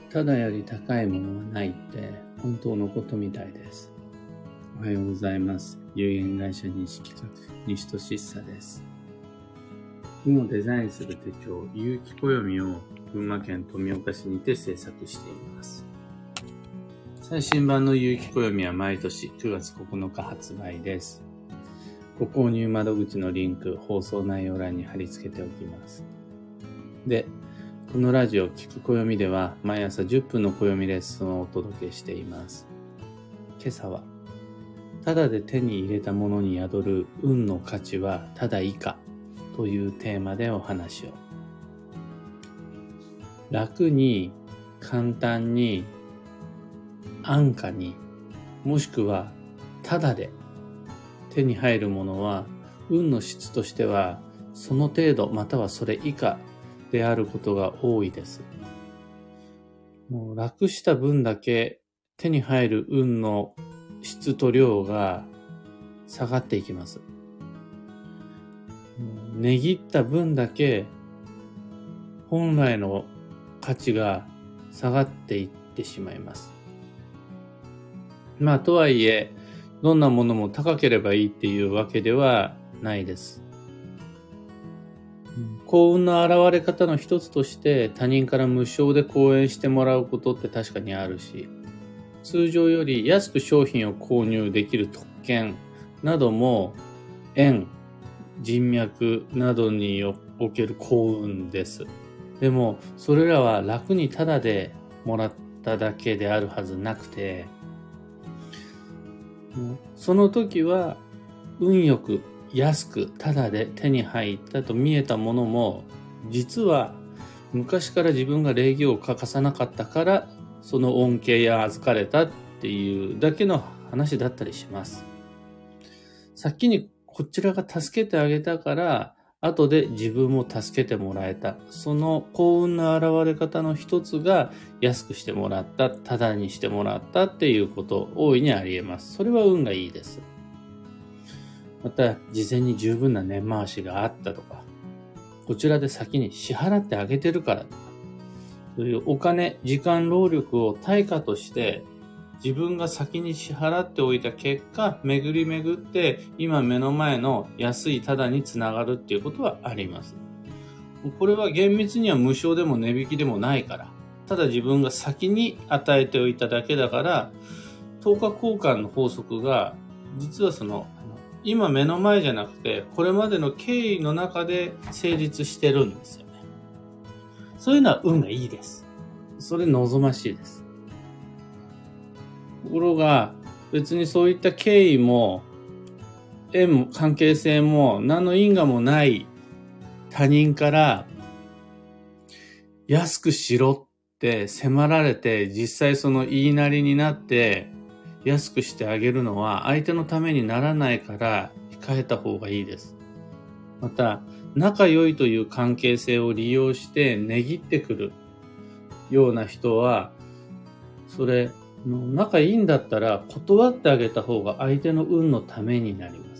ただより高いものはないって本当のことみたいです。おはようございます。有限会社西企画西俊久です。運をデザインする手帳有機暦を群馬県富岡市にて制作しています。最新版の有機暦は毎年9月9日発売です。ご購入窓口のリンク、放送内容欄に貼り付けておきます。で、このラジオ聞く暦では毎朝10分の暦レッスンをお届けしています。今朝は、ただで手に入れたものに宿る運の価値はただ以下というテーマでお話を。楽に、簡単に、安価に、もしくはただで手に入るものは運の質としてはその程度またはそれ以下であることが多いです。もう楽した分だけ手に入る運の質と量が下がっていきます。値切った分だけ本来の価値が下がっていってしまいます。とはいえ、どんなものも高ければいいっていうわけではないです。幸運の現れ方の一つとして他人から無償で講演してもらうことって確かにあるし、通常より安く商品を購入できる特権なども縁、人脈などにおける幸運です。でもそれらは楽にタダでもらっただけであるはずなくて、その時は運よく安くタダで手に入ったと見えたものも、実は昔から自分が礼儀を欠かさなかったからその恩恵や預かれたっていうだけの話だったりします。先にこちらが助けてあげたから後で自分も助けてもらえた。その幸運の現れ方の一つが安くしてもらった、タダにしてもらったっていうこと大いにあり得ます。それは運がいいです。また事前に十分な根回しがあったとか、こちらで先に支払ってあげてるからとか、そういうお金、時間、労力を対価として自分が先に支払っておいた結果、巡り巡って今目の前の安いタダにつながるっていうことはあります。これは厳密には無償でも値引きでもないから、ただ自分が先に与えておいただけだから、等価交換の法則が実は今目の前じゃなくてこれまでの経緯の中で成立してるんですよね。そういうのは運がいいです。それ望ましいです。ところが別にそういった経緯も縁も関係性も何の因果もない他人から安くしろって迫られて、実際その言いなりになって安くしてあげるのは相手のためにならないから控えた方がいいです。また仲良いという関係性を利用して値切ってくるような人は、それ仲いいんだったら断ってあげた方が相手の運のためになります。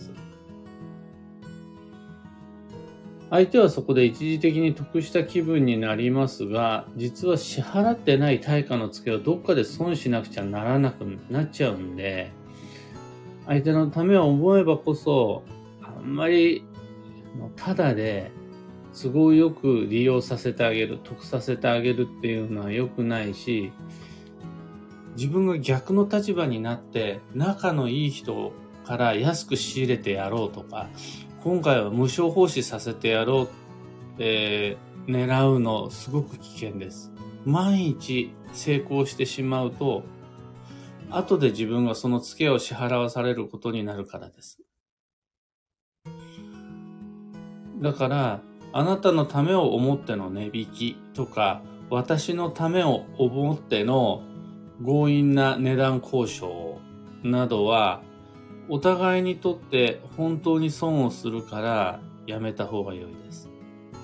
相手はそこで一時的に得した気分になりますが、実は支払ってない対価の付けをどっかで損しなくちゃならなくなっちゃうんで、相手のためを思えばこそ、あんまりただで都合よく利用させてあげる、得させてあげるっていうのは良くないし、自分が逆の立場になって仲のいい人から安く仕入れてやろうとか、今回は無償奉仕させてやろうって狙うのすごく危険です。万一成功してしまうと、後で自分がそのツケを支払わされることになるからです。だからあなたのためを思っての値引きとか、私のためを思っての強引な値段交渉などはお互いにとって本当に損をするからやめた方が良いです。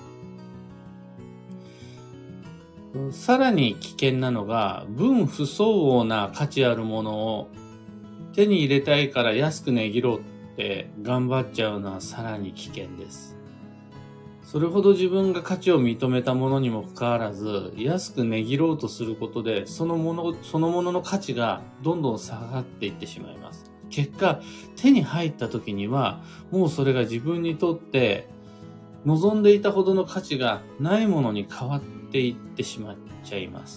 さらに危険なのが、分不相応な価値あるものを手に入れたいから安く値切ろうって頑張っちゃうのはさらに危険です。 それほど自分が価値を認めたものにもかかわらず、安く値切ろうとすることで、そのものの価値がどんどん下がっていってしまいます。結果、手に入った時には、もうそれが自分にとって、望んでいたほどの価値がないものに変わっていってしまっちゃいます。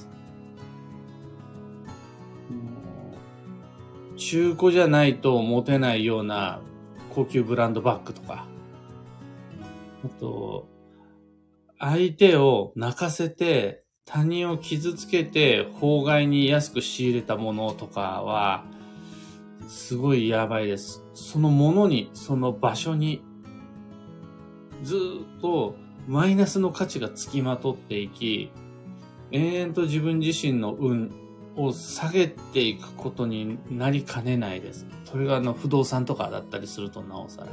中古じゃないと持てないような高級ブランドバッグとか、あと、相手を泣かせて他人を傷つけて法外に安く仕入れたものとかは、すごいやばいです。そのものに、その場所に、ずっとマイナスの価値がつきまとっていき、延々と自分自身の運を下げていくことになりかねないです。それが不動産とかだったりするとなおさら。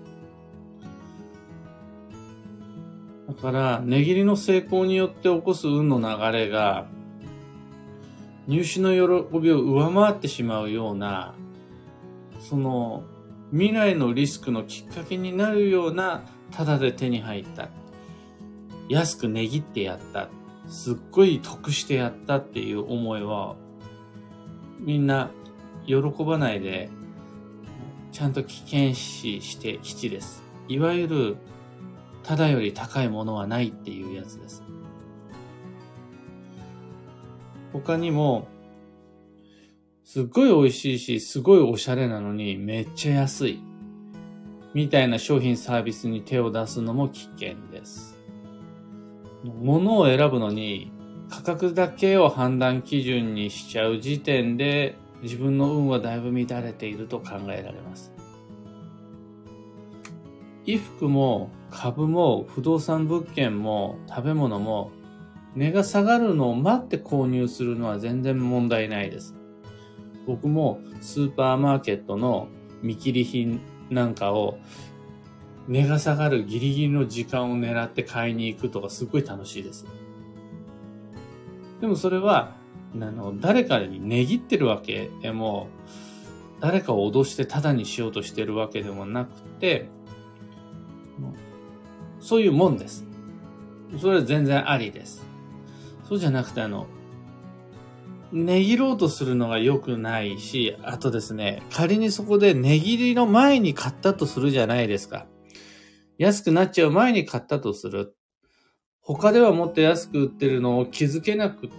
だから、値切りの成功によって起こす運の流れが、入手の喜びを上回ってしまうような、その未来のリスクのきっかけになるような、ただで手に入った。安く値切ってやった。すっごい得してやったっていう思いは、みんな喜ばないで、ちゃんと危険視して基地です。いわゆる、ただより高いものはないっていうやつです。他にも、すっごい美味しいし、すごいおしゃれなのにめっちゃ安い。みたいな商品サービスに手を出すのも危険です。物を選ぶのに価格だけを判断基準にしちゃう時点で自分の運はだいぶ乱れていると考えられます。衣服も株も不動産物件も食べ物も値が下がるのを待って購入するのは全然問題ないです。僕もスーパーマーケットの見切り品なんかを値が下がるギリギリの時間を狙って買いに行くとかすごい楽しいです。でもそれは誰かに値切ってるわけでも誰かを脅してタダにしようとしてるわけでもなくて、そういうもんです。それは全然ありです。そうじゃなくて値切ろうとするのが良くないし、あとですね、仮にそこで値切りの前に買ったとするじゃないですか。安くなっちゃう前に買ったとする。他ではもっと安く売ってるのを気づけなくって、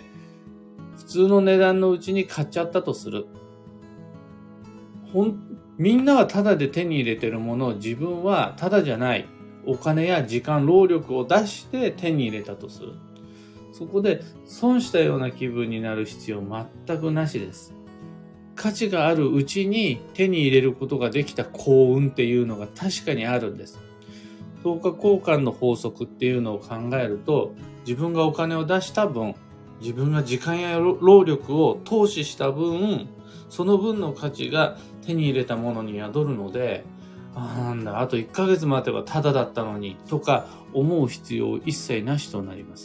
普通の値段のうちに買っちゃったとする。みんながタダで手に入れてるものを自分はタダじゃない。お金や時間、労力を出して手に入れたとする。そこで損したような気分になる必要全くなしです。価値があるうちに手に入れることができた幸運っていうのが確かにあるんです。等価交換の法則っていうのを考えると、自分がお金を出した分、自分が時間や労力を投資した分、その分の価値が手に入れたものに宿るので、なんだ、あと1ヶ月待てばタダだったのにとか思う必要一切なしとなります。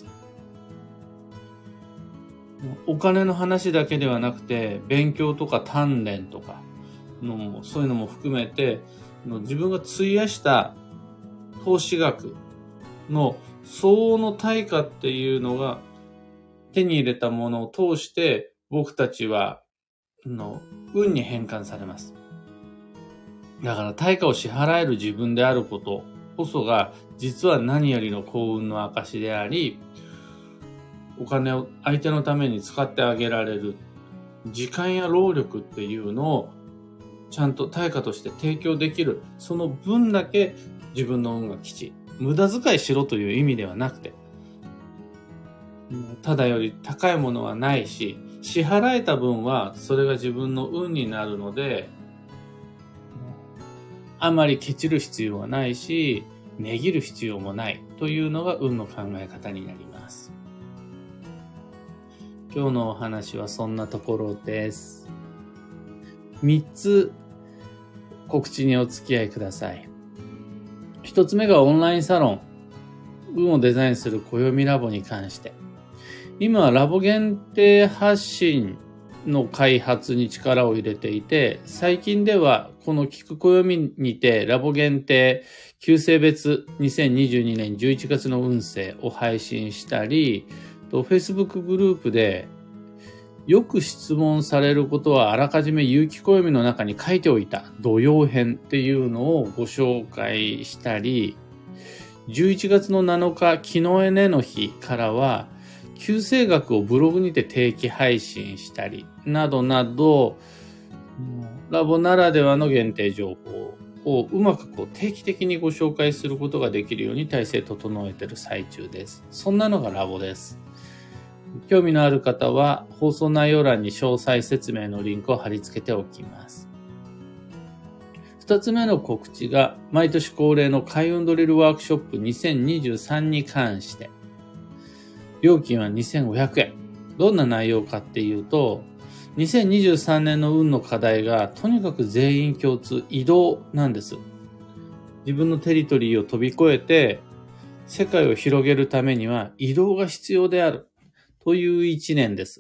お金の話だけではなくて、勉強とか鍛錬とかそういうのも含めて、自分が費やした投資額の相応の対価っていうのが手に入れたものを通して僕たちは運に変換されます。だから対価を支払える自分であることこそが実は何よりの幸運の証であり、お金を相手のために使ってあげられる時間や労力っていうのをちゃんと対価として提供できる、その分だけ自分の運が吉。無駄遣いしろという意味ではなくて、ただより高いものはないし、支払えた分はそれが自分の運になるので、あまりケチる必要はないし、値切る必要もないというのが運の考え方になります。今日のお話はそんなところです。3つ告知にお付き合いください。1つ目がオンラインサロン、運をデザインする暦ラボに関して。今はラボ限定発信の開発に力を入れていて、最近ではこの聞く暦にてラボ限定旧星別2022年11月の運勢を配信したり、Facebook グループでよく質問されることはあらかじめ有機暦の中に書いておいた土曜編っていうのをご紹介したり、11月の7日、木のエネの日からは、旧星学をブログにて定期配信したり、などなど、ラボならではの限定情報をうまく定期的にご紹介することができるように体制整えている最中です。そんなのがラボです。興味のある方は放送内容欄に詳細説明のリンクを貼り付けておきます。二つ目の告知が毎年恒例の開運ドリルワークショップ2023に関して、料金は2500円。どんな内容かっていうと、2023年の運の課題がとにかく全員共通、移動なんです。自分のテリトリーを飛び越えて世界を広げるためには移動が必要であるという一年です。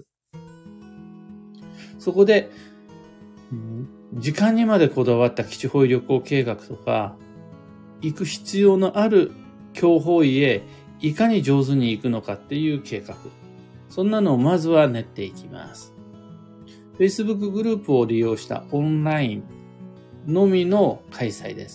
そこで時間にまでこだわった基地方位旅行計画とか、行く必要のある境方位へいかに上手に行くのかっていう計画。そんなのをまずは練っていきます。Facebook グループを利用したオンラインのみの開催です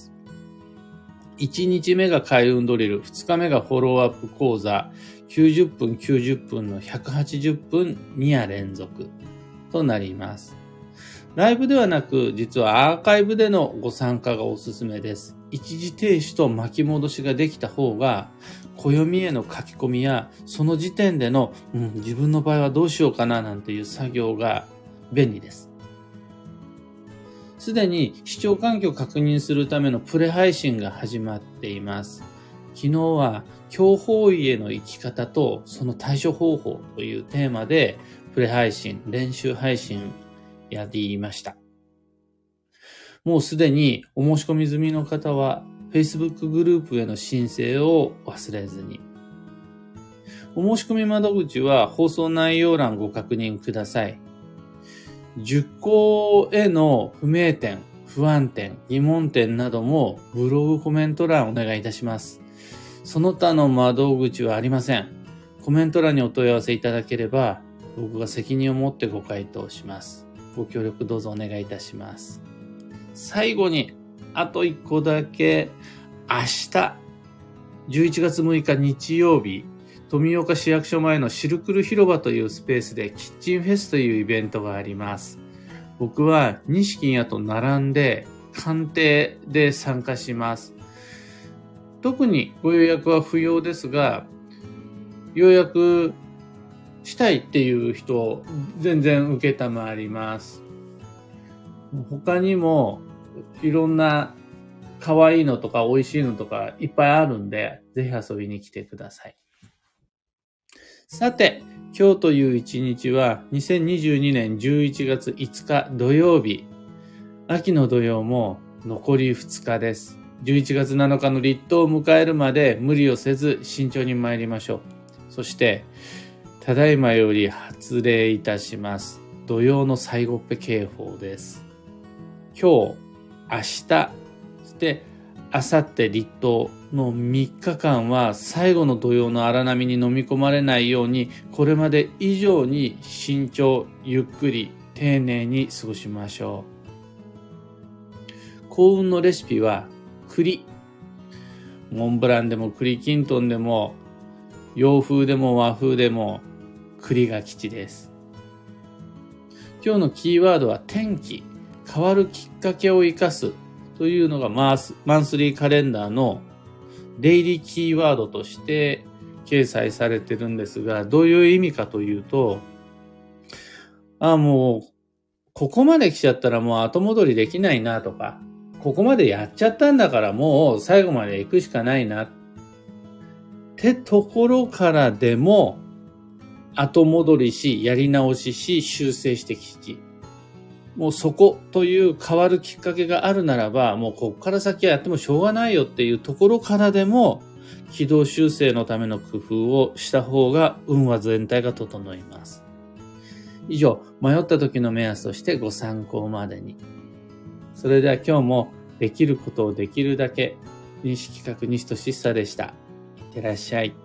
。1日目が開運ドリル、2日目がフォローアップ講座、90分90分の180分2夜連続となります。ライブではなく、実はアーカイブでのご参加がおすすめです。一時停止と巻き戻しができた方が、暦への書き込みや、その時点での、自分の場合はどうしようかななんていう作業が便利です。すでに視聴環境を確認するためのプレ配信が始まっています。昨日は、境方位への生き方とその対処方法というテーマで、プレ配信、練習配信、やりました。もうすでにお申し込み済みの方は Facebook グループへの申請を忘れずに。お申し込み窓口は放送内容欄ご確認ください。受講への不明点、不安点、疑問点などもブログコメント欄お願いいたします。その他の窓口はありません。コメント欄にお問い合わせいただければ僕が責任を持ってご回答します。ご協力どうぞお願いいたします。最後に、あと1個だけ、明日、11月6日日曜日、富岡市役所前のシルクル広場というスペースでキッチンフェスというイベントがあります。僕は錦屋と並んで鑑定で参加します。特にご予約は不要ですが、予約したいっていう人全然受けたまわります。他にもいろんな可愛いのとか美味しいのとかいっぱいあるんで、ぜひ遊びに来てください。さて、今日という一日は2022年11月5日土曜日。秋の土曜も残り2日です。11月7日の立冬を迎えるまで無理をせず慎重に参りましょう。そして、ただいまより発令いたします。土曜の最後っぺ警報です。今日、明日、そして明後日立冬の3日間は最後の土曜の荒波に飲み込まれないように、これまで以上に慎重、ゆっくり、丁寧に過ごしましょう。幸運のレシピは栗。モンブランでも栗きんとんでも、洋風でも和風でも、栗が吉です。今日のキーワードは天気、変わるきっかけを生かすというのがマンスリーカレンダーのデイリーキーワードとして掲載されてるんですが、どういう意味かというと、もうここまで来ちゃったらもう後戻りできないなとか、ここまでやっちゃったんだからもう最後まで行くしかないなってところからでも後戻りし、やり直しし、修正してきち。もうそこという変わるきっかけがあるならば、もうこっから先はやってもしょうがないよっていうところからでも、軌道修正のための工夫をした方が運は全体が整います。 以上、迷った時の目安としてご参考までに。それでは今日もできることをできるだけ、西企画西俊久でした。いってらっしゃい。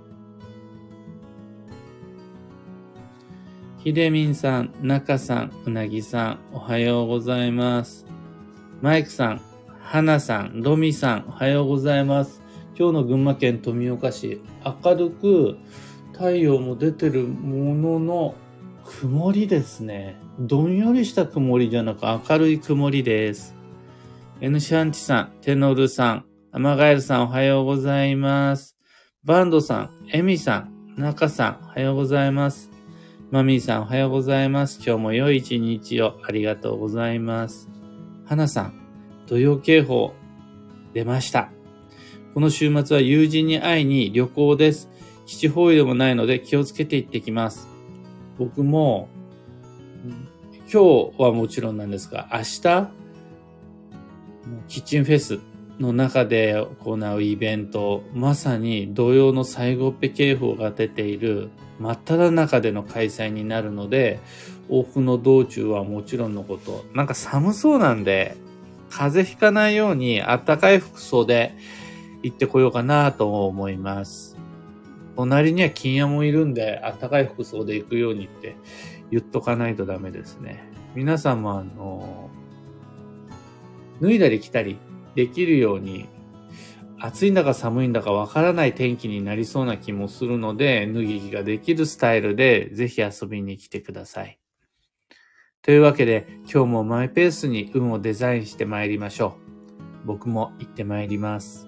ひでみんさん、なかさん、うなぎさん、おはようございます。マイクさん、はなさん、ロミさん、おはようございます。今日の群馬県富岡市、明るく太陽も出てるものの、曇りですね。どんよりした曇りじゃなく明るい曇りです。N シャンチさん、テノルさん、アマガエルさんおはようございます。バンドさん、エミさん、ナカさんおはようございます。マミーさんおはようございます。今日も良い一日をありがとうございます。ハナさん、土曜警報出ました。この週末は友人に会いに旅行です。基地方位でもないので気をつけて行ってきます。僕も今日はもちろんなんですが、明日キッチンフェスの中で行うイベント、まさに同様の最後っぺ警報が出ている真っ只中での開催になるので、往復の道中はもちろんのこと、なんか寒そうなんで、風邪ひかないように暖かい服装で行ってこようかなと思います。隣には金屋もいるんで、暖かい服装で行くようにって言っとかないとダメですね。皆さんも脱いだり着たりできるように、暑いんだか寒いんだかわからない天気になりそうな気もするので、脱ぎ着ができるスタイルでぜひ遊びに来てください。というわけで、今日もマイペースに運をデザインして参りましょう。僕も行って参ります。